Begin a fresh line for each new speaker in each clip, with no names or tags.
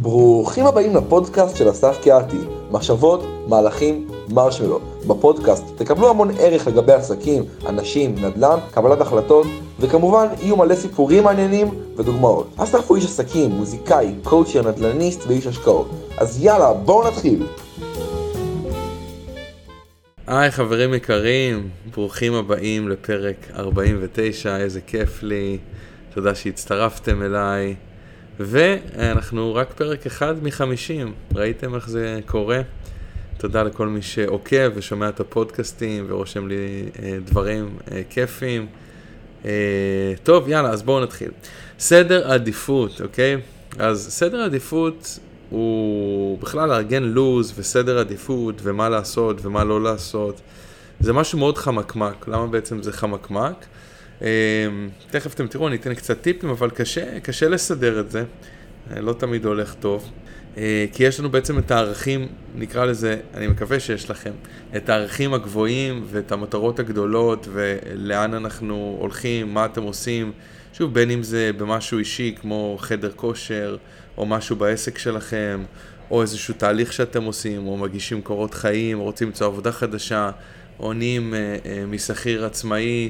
ברוכים הבאים לפודקאסט של אסף קיאתי, מחשבות, מהלכים, מרשמלו. בפודקאסט תקבלו המון ערך לגבי עסקים, אנשים, נדל"ן, קבלת החלטות, וכמובן יהיו מלא סיפורים מעניינים ודוגמאות. אסף הוא איש עסקים, מוזיקאי, קואוצ'ר, נדל"ניסט ואיש השקעות. אז יאללה, בואו נתחיל.
היי חברים יקרים, ברוכים הבאים לפרק 49, איזה כיף לי, תודה שהצטרפתם אליי. ואנחנו רק פרק אחד מ-50, ראיתם איך זה קורה? תודה לכל מי שעוקב ושומע את הפודקאסטים ורושם לי דברים כיפים. טוב, יאללה, אז בואו נתחיל. סדר עדיפות, אוקיי? אז סדר עדיפות הוא בכלל לארגן לוז וסדר עדיפות ומה לעשות ומה לא לעשות. זה משהו מאוד חמקמק. למה בעצם זה חמקמק? תכף אתם תראו, אני אתן קצת טיפים, אבל קשה לסדר את זה. לא תמיד הולך טוב. כי יש לנו בעצם את הערכים, נקרא לזה, אני מקווה שיש לכם, את הערכים הגבוהים ואת המטרות הגדולות ולאן אנחנו הולכים, מה אתם עושים. שוב, בין אם זה במשהו אישי כמו חדר כושר, או משהו בעסק שלכם, או איזשהו תהליך שאתם עושים, או מגישים קורות חיים, או רוצים למצוא עבודה חדשה, או נהיים משכיר עצמאי,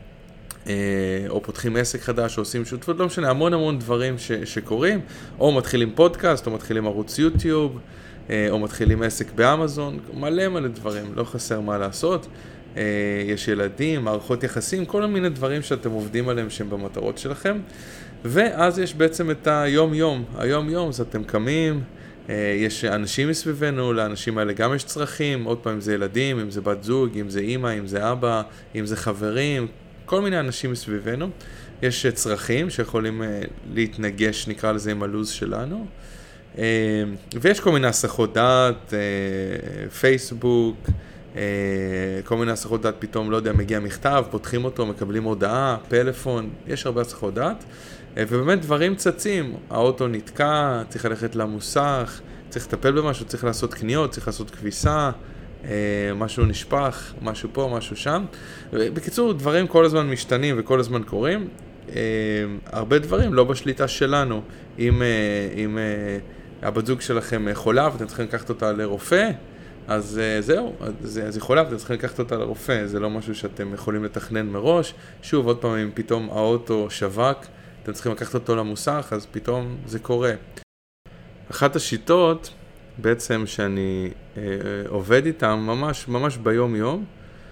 או פותחים עסק חדש, או עושים שותפות, לא משנה, המון דברים שקורים, או מתחילים פודקאסט, או מתחילים ערוץ יוטיוב, או מתחילים עסק באמזון, מלא דברים, לא חסר מה לעשות. יש ילדים, מערכות יחסים, כל מיני דברים שאתם עובדים עליהם שהם במטרות שלכם. ואז יש בעצם את היום-יום, זה אתם קמים, יש אנשים מסביבנו, לאנשים האלה גם יש צרכים, עוד פעם אם זה ילדים, אם זה בת זוג, אם זה אמא, אם זה אבא, אם זה חברים, כל מיני אנשים מסביבנו. יש צרכים שיכולים להתנגש, נקרא לזה, עם הלוז שלנו. ויש כל מיני הסחות דעת, פייסבוק, כל מיני הסחות דעת, פתאום, לא יודע, מגיע מכתב, פותחים אותו, מקבלים הודעה, פלאפון, יש הרבה הסחות דעת. ובאמת דברים צצים, האוטו נתקע, צריך ללכת למוסך, צריך לטפל במשהו, צריך לעשות קניות, צריך לעשות כביסה, משהו נשפך, משהו פה, משהו שם. בקיצור, דברים כל הזמן משתנים וכל הזמן קורים. הרבה דברים לא בשליטה שלנו. אם הבת זוג שלכם חולה ואתם צריכים לקחת אותה לרופא, אז זהו, אז היא חולה ואתם צריכים לקחת אותה לרופא. זה לא משהו שאתם יכולים לתכנן מראש. שוב, עוד פעם, אם פתאום האוטו שווק, אתם צריכים לקחת אותו למוסך, אז פתאום זה קורה. אחת השיטות בעצם שאני עובד איתם ממש ביום-יום,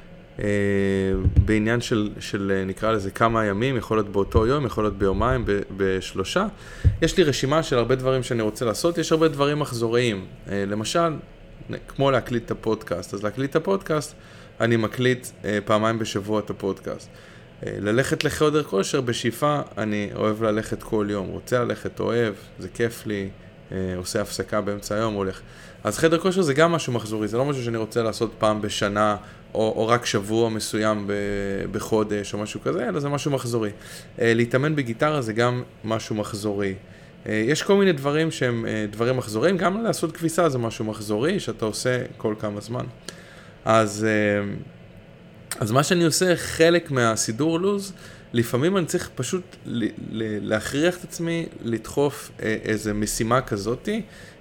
בעניין של נקרא לזה כמה ימים, יכול להיות באותו יום, יכול להיות ביומיים, בשלושה. יש לי רשימה של הרבה דברים שאני רוצה לעשות, יש הרבה דברים מחזוריים. למשל, כמו להקליט את הפודקאסט. אז להקליט את הפודקאסט, אני מקליט פעמיים בשבוע את הפודקאסט. ללכת לחדר כושר בשאיפה, אני אוהב ללכת כל יום, רוצה ללכת, אוהב, זה כיף לי, עושה הפסקה באמצע היום, הולך. אז חדר כושר זה גם משהו מחזורי, זה לא משהו שאני רוצה לעשות פעם בשנה, או רק שבוע מסוים בחודש, או משהו כזה, אלא זה משהו מחזורי. להתאמן בגיטרה זה גם משהו מחזורי. יש כל מיני דברים שהם דברים מחזוריים, גם לעשות כביסה זה משהו מחזורי, שאתה עושה כל כמה זמן. אז מה שאני עושה, חלק מהסידור לוז, לפעמים אני צריך פשוט להכריח את עצמי לדחוף איזו משימה כזאת,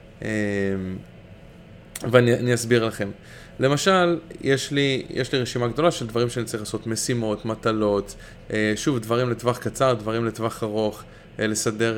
ואני אסביר לכם. למשל, יש לי רשימה גדולה של דברים שאני צריך לעשות, משימות, מטלות, שוב, דברים לטווח קצר, דברים לטווח ארוך, לסדר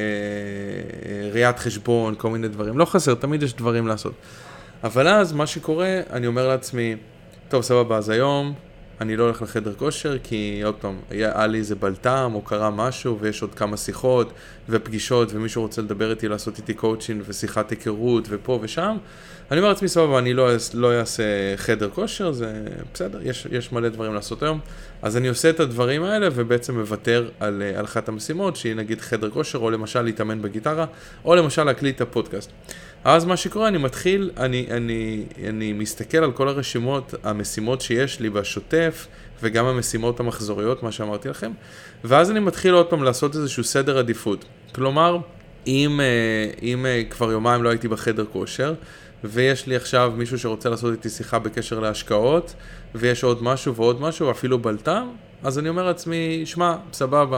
ראיית חשבון, כל מיני דברים. לא חסר, תמיד יש דברים לעשות. אבל אז מה שקורה, אני אומר לעצמי, טוב, סבבה, אז היום אני לא הולך לחדר כושר, כי עוד פעם, היה לי איזה בלטם, או קרה משהו, ויש עוד כמה שיחות ופגישות, ומישהו רוצה לדבר איתי, לעשות איתי קואוצ'ינג ושיחת היכרות, ופה ושם. אני אומר לעצמי, סבבה, אני לא אעשה חדר כושר, זה בסדר, יש מלא דברים לעשות היום. אז אני עושה את הדברים האלה, ובעצם מוותר על אחת המשימות, שהיא נגיד חדר כושר, או למשל להתאמן בגיטרה, או למשל להקליט את הפודקאסט. אז מה שקורה, אני מתחיל, אני מסתכל על כל הרשימות, המשימות שיש לי בשוטף, וגם המשימות המחזוריות, מה שאמרתי לכם, ואז אני מתחיל עוד פעם לעשות איזשהו סדר עדיפות. כלומר, אם כבר יומיים לא הייתי בחדר כושר, ויש לי עכשיו מישהו שרוצה לעשות איתי שיחה בקשר להשקעות, ויש עוד משהו ועוד משהו, אפילו בלטם, אז אני אומר לעצמי, שמע, סבבה,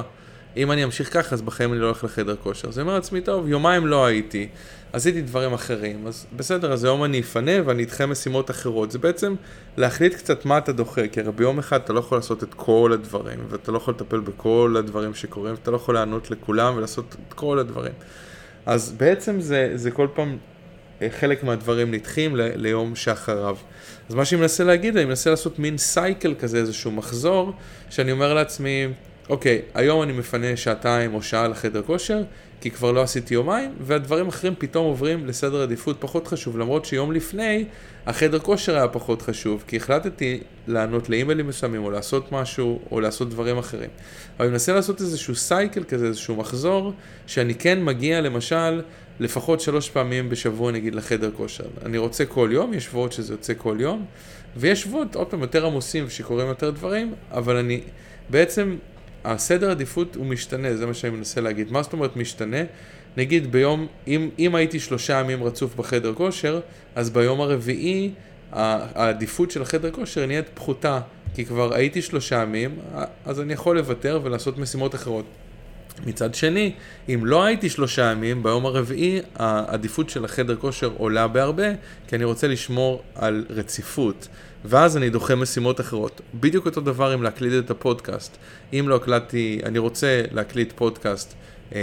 אם אני אמשיך ככה, אז בחיים אני לא הולך לחדר כושר. אז אני אומר לעצמי, טוב, יומיים לא הייתי, עשיתי דברים אחרים, אז בסדר, אז היום אני אפנה ואני אדחה משימות אחרות. זה בעצם להחליט קצת מה אתה דוחה, כי הרי ביום אחד אתה לא יכול לעשות את כל הדברים, ואתה לא יכול לטפל בכל הדברים שקורים, ואתה לא יכול לענות לכולם ולעשות את כל הדברים. אז בעצם זה כל פעם חלק מהדברים נדחים ליום שאחריו. אז מה שאני מנסה להגיד, אני מנסה לעשות מין סייקל כזה, איזשהו מחזור, שאני אומר לעצמי, אוקיי, היום אני מפנה שעתיים או שעה לחדר כושר, כי כבר לא עשיתי יומיים, והדברים אחרים פתאום עוברים לסדר עדיפות פחות חשוב, למרות שיום לפני, החדר כושר היה פחות חשוב, כי החלטתי לענות לאימיילים מסוימים, או לעשות משהו, או לעשות דברים אחרים. אבל אני מנסה לעשות איזשהו סייקל כזה, איזשהו מחזור, שאני כן מגיע למשל, לפחות 3 פעמים בשבוע נגיד לחדר כושר. אני רוצה כל יום, יש שבועות שזה יוצא כל יום, ויש שבועות עוד פעם יותר עמוסים ושקורים יותר דברים, אבל אני בעצם, הסדר עדיפות הוא משתנה, זה מה שאני מנסה להגיד. מה זאת אומרת משתנה? נגיד ביום, אם הייתי 3 ימים רצוף בחדר כושר, אז ביום הרביעי העדיפות של החדר כושר נהיית פחותה, כי כבר הייתי 3 ימים, אז אני יכול לוותר ולעשות משימות אחרות. מצד שני, אם לא הייתי 3 ימים, ביום הרביעי העדיפות של החדר כושר עולה בהרבה, כי אני רוצה לשמור על רציפות, ואז אני דוחה משימות אחרות. בדיוק אותו דבר אם להקליט את הפודקאסט. אם לא הקלטתי, אני רוצה להקליט פודקאסט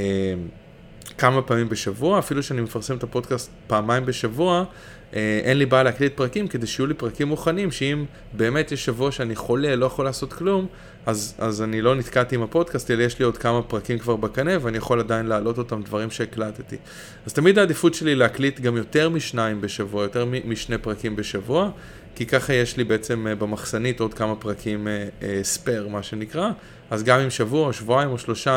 כמה פעמים בשבוע, אפילו שאני מפרסם את הפודקאסט 2 פעמים בשבוע, אין לי בעיה להקליט פרקים כדי שיהיו לי פרקים מוכנים, שאם באמת יש שבוע שאני חולה, לא יכול לעשות כלום, אז אני לא נתקעתי עם הפודקאסט, אלא יש לי עוד כמה פרקים כבר בקנה, ואני יכול עדיין להעלות אותם דברים שהקלטתי. אז תמיד העדיפות שלי להקליט גם יותר מ2 בשבוע, יותר מ2 פרקים בשבוע, כי ככה יש לי בעצם במחסנית עוד כמה פרקים ספר, מה שנקרא, אז גם אם שבוע או שבועיים או 3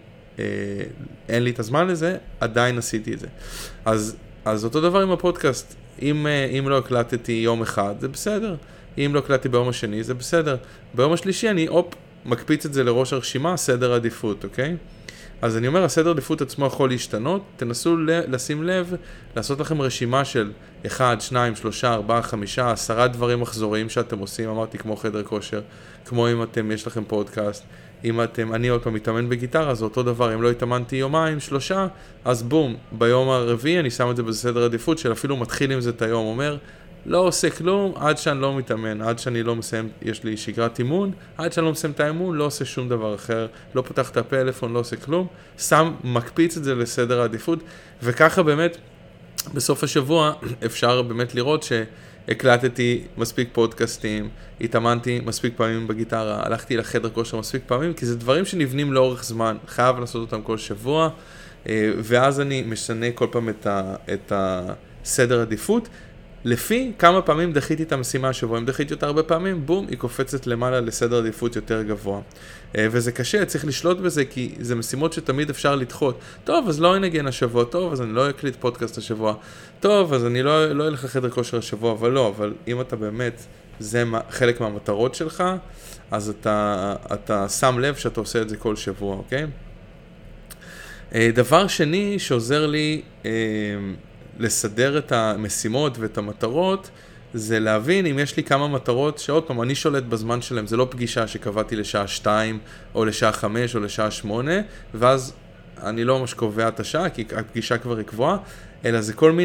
אין לי את הזמן לזה, עדיין עשיתי את זה. אז אותו דבר עם הפודקאסט, אם לא הקלטתי יום אחד, זה בסדר. אם לא הקלטתי ביום השני, זה בסדר. ביום השלישי אני מקפיץ את זה לראש הרשימה, סדר עדיפות, אוקיי? אז אני אומר, הסדר עדיפות עצמו יכול להשתנות, תנסו לשים לב, לעשות לכם רשימה של 1, 2, 3, 4, 5, 10 דברים מחזוריים שאתם עושים, אמרתי כמו חדר כושר, כמו אם יש לכם פודקאסט, אני עוד פעם מתאמן בגיטרה, אז אותו דבר, אם לא התאמנתי יומיים, 3, אז בום, ביום הרביעי אני שם את זה בסדר עדיפות, של אפילו מתחיל עם זה את היום, אומר, לא עושה כלום עד שאני לא מתאמן, עד שאני לא מסיים, יש לי שגרת אימון, עד שאני לא מסיים את האימון, לא עושה שום דבר אחר, לא פותח את הפלאפון, לא עושה כלום, מקפיץ את זה לסדר העדיפות, וככה באמת, בסוף השבוע אפשר באמת לראות שהקלטתי מספיק פודקאסטים, התאמנתי מספיק פעמים בגיטרה, הלכתי לחדר כושר מספיק פעמים, כי זה דברים שנבנים לאורך זמן, חייב לעשות אותם כל שבוע, ואז אני משנה כל פעם את הסדר עדיפות, לפי כמה פעמים דחיתי את המשימה השבוע, אם דחיתי אותה הרבה פעמים, בום, היא קופצת למעלה לסדר עדיפות יותר גבוה. וזה קשה, צריך לשלוט בזה, כי זה משימות שתמיד אפשר לדחות. טוב, אז לא אנגן השבוע, טוב, אז אני לא אקליט פודקאסט השבוע, טוב, אז אני לא אלך לחדר כושר השבוע, אבל אם אתה באמת, זה חלק מהמטרות שלך, אז אתה שם לב שאתה עושה את זה כל שבוע, אוקיי? דבר שני שעוזר לי לסדר את המשימות ואת המטרות, זה להבין אם יש לי כמה מטרות שעוד פעם, אני שולט בזמן שלהם, זה לא פגישה שקבעתי לשעה 2 או לשעה 5 או לשעה 8, ואז אני לא ממש קובע את השעה, כי הפגישה כבר היא קבועה, אלא זה כל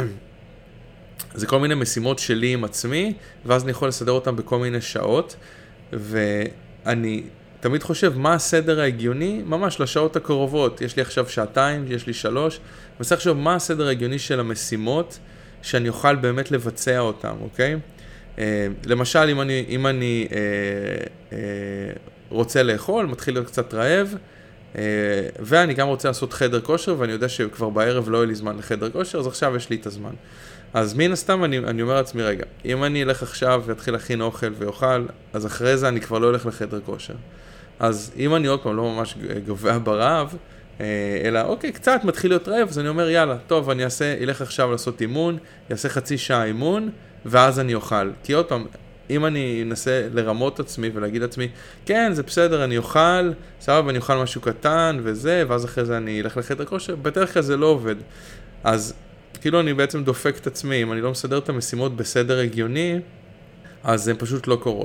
מיני משימות שלי עם עצמי, ואז אני יכול לסדר אותם בכל מיני שעות, ואני תמיד חושב מה הסדר ההגיוני, ממש לשעות הקרובות, יש לי עכשיו 2 יש לי 3, ואני צריך לחשוב מה הסדר ההגיוני של המשימות, שאני אוכל באמת לבצע אותם, אוקיי? למשל, אם אני רוצה לאכול, מתחיל להיות קצת רעב, ואני גם רוצה לעשות חדר כושר, ואני יודע שכבר בערב לא יהיה לי זמן לחדר כושר, אז עכשיו יש לי את הזמן. אז מן הסתם אני אומר לעצמי, רגע, אם אני אלך עכשיו ואתחיל להכין אוכל ואוכל, אז אחרי זה אני כבר לא אלך לחדר כושר. אז אם אני עוד פעם לא ממש גובע ברעב, אלא אוקיי, קצת מתחיל להיות רעב, אז אני אומר יאללה, טוב, אני אלך עכשיו לעשות אימון, יעשה חצי שעה אימון, ואז אני אוכל. כי עוד פעם, אם אני אנסה לרמות עצמי ולהגיד לעצמי, כן, זה בסדר, אני אוכל, סבבה, אני אוכל משהו קטן וזה, ואז אחרי זה אני אלך לחדר כושר, בדרך כלל זה לא עובד. אז כאילו אני בעצם דופק את עצמי, אם אני לא מסדר את המשימות בסדר הגיוני, אז הן פשוט לא קורות.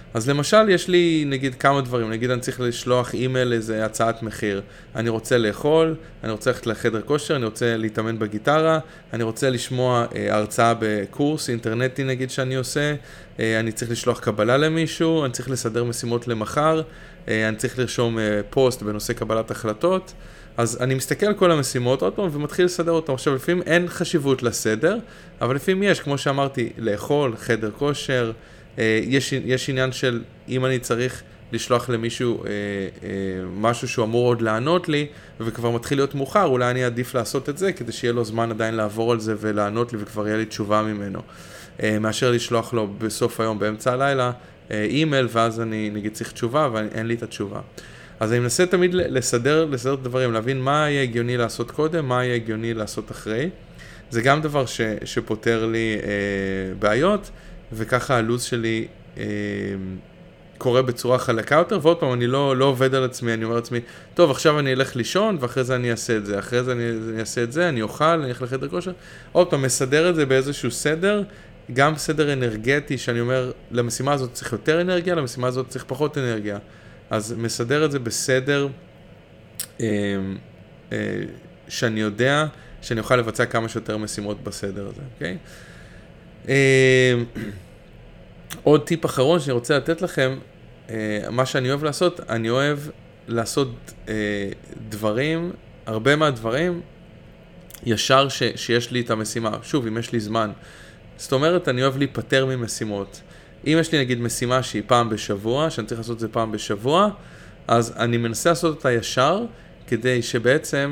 אז למשל יש לי נגיד כמה דברים, נגיד אני צריך לשלוח אימייל איזה הצעת מחיר, אני רוצה לאכול, אני רוצה ללכת לחדר כושר, אני רוצה להתאמן בגיטרה, אני רוצה לשמוע הרצאה בקורס אינטרנטי נגיד שאני עושה, אני צריך לשלוח קבלה למישהו, אני צריך לסדר משימות למחר, אני צריך לרשום פוסט בנושא קבלת החלטות, אז אני מסתכל על כל המשימות עוד פעם ומתחיל לסדר אותם. עכשיו לפעמים אין חשיבות לסדר, אבל לפעמים יש, כמו שאמרתי, לאכול, חדר כושר, יש עניין של אם אני צריך לשלוח למישהו משהו שהוא אמור עוד לענות לי, וכבר מתחיל להיות מאוחר, אולי אני עדיף לעשות את זה, כדי שיהיה לו זמן עדיין לעבור על זה ולענות לי, וכבר יהיה לי תשובה ממנו. מאשר לשלוח לו בסוף היום, באמצע הלילה, אימייל, ואז אני נגיד צריך תשובה, ואין לי את התשובה. אז אני מנסה תמיד לסדר דברים, להבין מה יהיה הגיוני לעשות קודם, מה יהיה הגיוני לעשות אחרי. זה גם דבר שפותר לי בעיות, וככה הלוז שלי קורה בצורה חלקה יותר, ועוד פעם אני לא עובד על עצמי, אני אומר לעצמי, טוב, עכשיו אני אלך לישון, ואחרי זה אני אעשה את זה, אחרי זה אני אעשה את זה, אני אוכל, אני אלך לחדר כושר, עוד פעם, מסדר את זה באיזשהו סדר, גם סדר אנרגטי, שאני אומר, למשימה הזאת צריך יותר אנרגיה, למשימה הזאת צריך פחות אנרגיה. אז מסדר את זה בסדר שאני יודע שאני אוכל לבצע כמה שיותר משימות בסדר הזה, אוקיי? עוד טיפ אחרון שאני רוצה לתת לכם, מה שאני אוהב לעשות, אני אוהב לעשות דברים, הרבה מהדברים, ישר שיש לי את המשימה. שוב, אם יש לי זמן. זאת אומרת, אני אוהב להיפטר ממשימות. אם יש לי נגיד משימה שהיא פעם בשבוע, שאני צריך לעשות את זה פעם בשבוע, אז אני מנסה לעשות אותה ישר, כדי שבעצם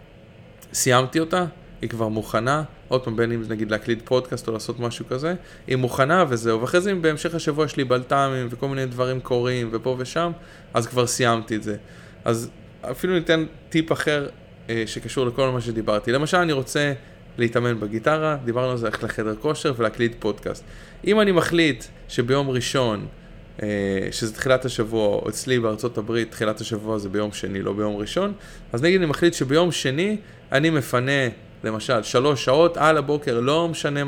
סיימתי אותה, היא כבר מוכנה, עוד פעם בין אם נגיד להקליט פודקאסט או לעשות משהו כזה, היא מוכנה וזהו, ואחרי זה אם בהמשך השבוע יש לי בלטמים וכל מיני דברים קורים ופה ושם, אז כבר סיימתי את זה. אז אפילו ניתן טיפ אחר שקשור לכל מה שדיברתי. למשל אני רוצה להתאמן בגיטרה, דיברנו על זה, ללכת לחדר כושר ולהקליט פודקאסט. אם אני מחליט שביום ראשון, שזה תחילת השבוע, או אצלי בארצות הברית, תחילת השבוע זה ביום שני, לא ביום ראשון, אז נגיד אני מחליט שביום שני אני מפנה, למשל, 3 שעות על הבוקר, לא משנה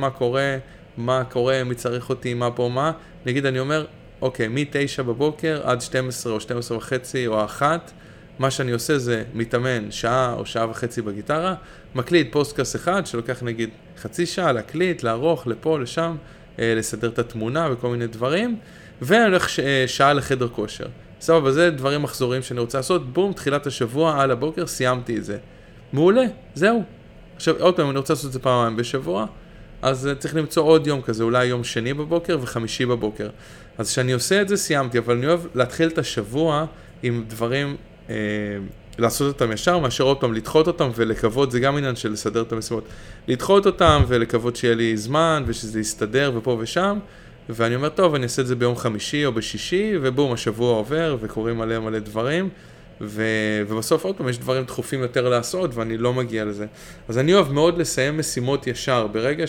מה קורה, מי צריך אותי, מה פה, מה. נגיד אני אומר, אוקיי, מ-9 בבוקר עד 12 או 12 וחצי או 1, מה שאני עושה זה מתאמן שעה או שעה וחצי בגיטרה, מקליט פודקאסט אחד שלוקח נגיד חצי שעה להקליט, לערוך, לפה, לשם, לסדר את התמונה וכל מיני דברים, ואני הולך שעה לחדר כושר. סבבה, זה דברים מחזוריים שאני רוצה לעשות, בום, תחילת השבוע על הבוקר, סיימתי את זה. מעולה, זהו. עכשיו, עוד פעם, אני רוצה לעשות את זה פעמיים בשבוע, אז צריך למצוא עוד יום כזה, אולי יום שני בבוקר וחמישי בבוקר. אז כשאני עושה את זה, סיימתי, אבל אני אוהב להתחיל את השבוע עם דברים, לעשות אותם ישר, מאשר עוד פעם לדחות אותם ולקוות, זה גם עניין של לסדר את המשימות. לדחות אותם ולקוות שיהיה לי זמן ושזה יסתדר ופה ושם, ואני אומר, טוב, אני אעשה את זה ביום חמישי או בשישי, ובום, השבוע עובר וקוראים מלא דברים, ובסוף עוד פעם יש דברים דחופים יותר לעשות, ואני לא מגיע לזה. אז אני אוהב מאוד לסיים משימות ישר, ברגע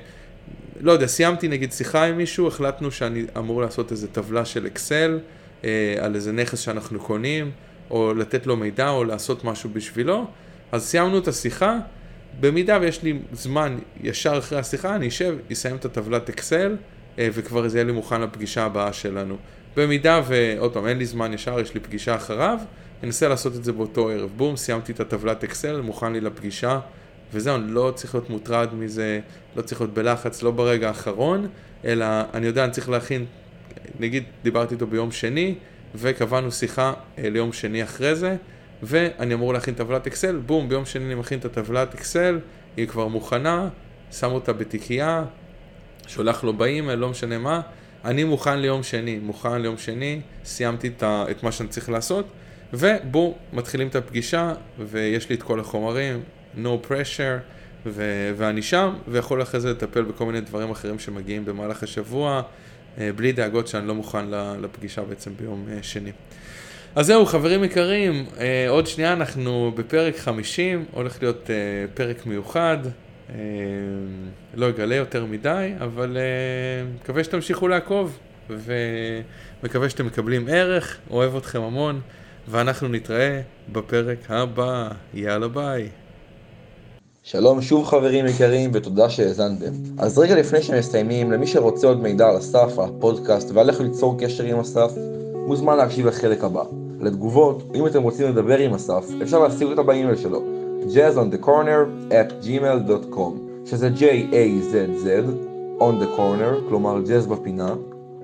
לא יודע, סיימתי נגיד שיחה עם מישהו, החלטנו שאני אמור לעשות איזו טבלה של אקסל, על איזה נכס שאנחנו קונים, או לתת לו מידע, או לעשות משהו בשבילו, אז סיימנו את השיחה, במידה ויש לי זמן ישר אחרי השיחה, אני אשב, אסיים את הטבלת אקסל, וכבר זה יהיה לי מוכן לפגישה הבאה שלנו. במידה ועוד פעם, אין לי זמן ישר, יש לי פגישה אחריו, אני אנסה לעשות את זה באותו ערב. בום, סיימתי את הטבלת אקסל, מוכן לי לפגישה, וזהו, אני לא צריך להיות מוטרד מזה, לא צריך להיות בלחץ, לא ברגע האחרון, אלא אני יודע, אני צריך להכין, נגיד, דיברתי איתו ביום שני, וקבענו שיחה ליום שני אחרי זה, ואני אמור להכין טבלת אקסל, בום, ביום שני אני מכין את הטבלת אקסל, היא כבר מוכנה, שם אותה בתיקייה, שולח לו באימייל, לא משנה מה, אני מוכן ליום שני, סיימתי את מה שאני צריך לעשות, ובום, מתחילים את הפגישה, ויש לי את כל החומרים, no pressure, ואני שם, ויכול אחרי זה לטפל בכל מיני דברים אחרים שמגיעים במהלך השבוע, בלי דאגות שאני לא מוכן לפגישה בעצם ביום שני. אז זהו, חברים יקרים, עוד שנייה אנחנו בפרק 50, הולך להיות פרק מיוחד, לא אגלה יותר מדי, אבל מקווה שתמשיכו לעקוב, ומקווה שאתם מקבלים ערך, אוהב אתכם המון, ואנחנו נתראה בפרק הבא. יאללה ביי.
שלום שוב חברים יקרים ותודה שהאזנתם. אז רגע לפני שמסיימים, למי שרוצה עוד מידע על אסף, על הפודקאסט ועל איך ליצור קשר עם אסף, מוזמן להקשיב לחלק הבא. לתגובות, אם אתם רוצים לדבר עם אסף, אפשר להשיג אותה באימייל שלו, jazzonthecorner@gmail.com, שזה J-A-Z-Z, on the corner, כלומר jazz בפינה,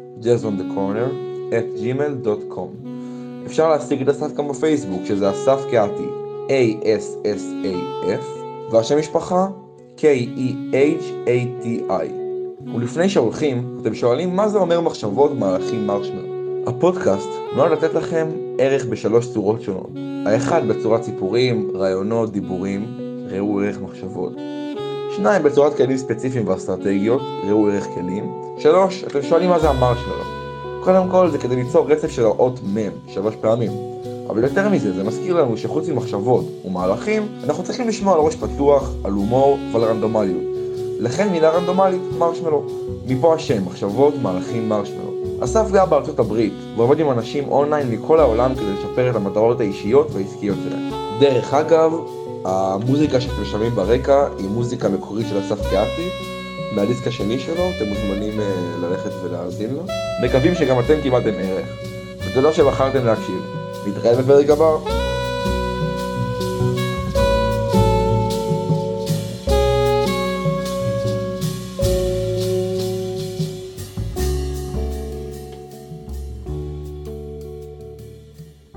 jazzonthecorner@gmail.com. אפשר להשיג את אסף גם בפייסבוק, שזה אסף קהתי, A-S-S-A-F, והשם משפחה, K-E-H-A-T-I. ולפני שהולכים, אתם שואלים מה זה אומר מחשבות מהלכים מרשמלו. הפודקאסט נועד לתת לכם ערך בשלוש צורות שונות. האחד בצורת סיפורים, רעיונות, דיבורים, ראו ערך מחשבות. שניים בצורת כלים ספציפיים ואסטרטגיות, ראו ערך כלים. שלוש, אתם שואלים מה זה המרשמלו. קודם כל זה כדי ליצור רצף של האות מם, 3 פעמים. אבל יותר מזה, זה מזכיר לנו שחוץ ממחשבות ומהלכים, אנחנו צריכים לשמוע על ראש פתוח, על הומור ועל רנדומליות. לכן מילה רנדומלית, מרשמלו. מפה השם, מחשבות, מהלכים, מרשמלו. אסף גר בארצות הברית, ועובד עם אנשים אונליין מכל העולם כדי לשפר את המטרות האישיות והעסקיות שלהם. דרך אגב, המוזיקה שאתם שומעים ברקע היא מוזיקה מקורית של אסף קהתי, מהדיסק השני שלו, אתם מוזמנים ללכת ולהאזין לו. מקווים שגם אתם קיבלתם ערך. ותודה שבחרתם להקשיב. נתראה בפרק הבא.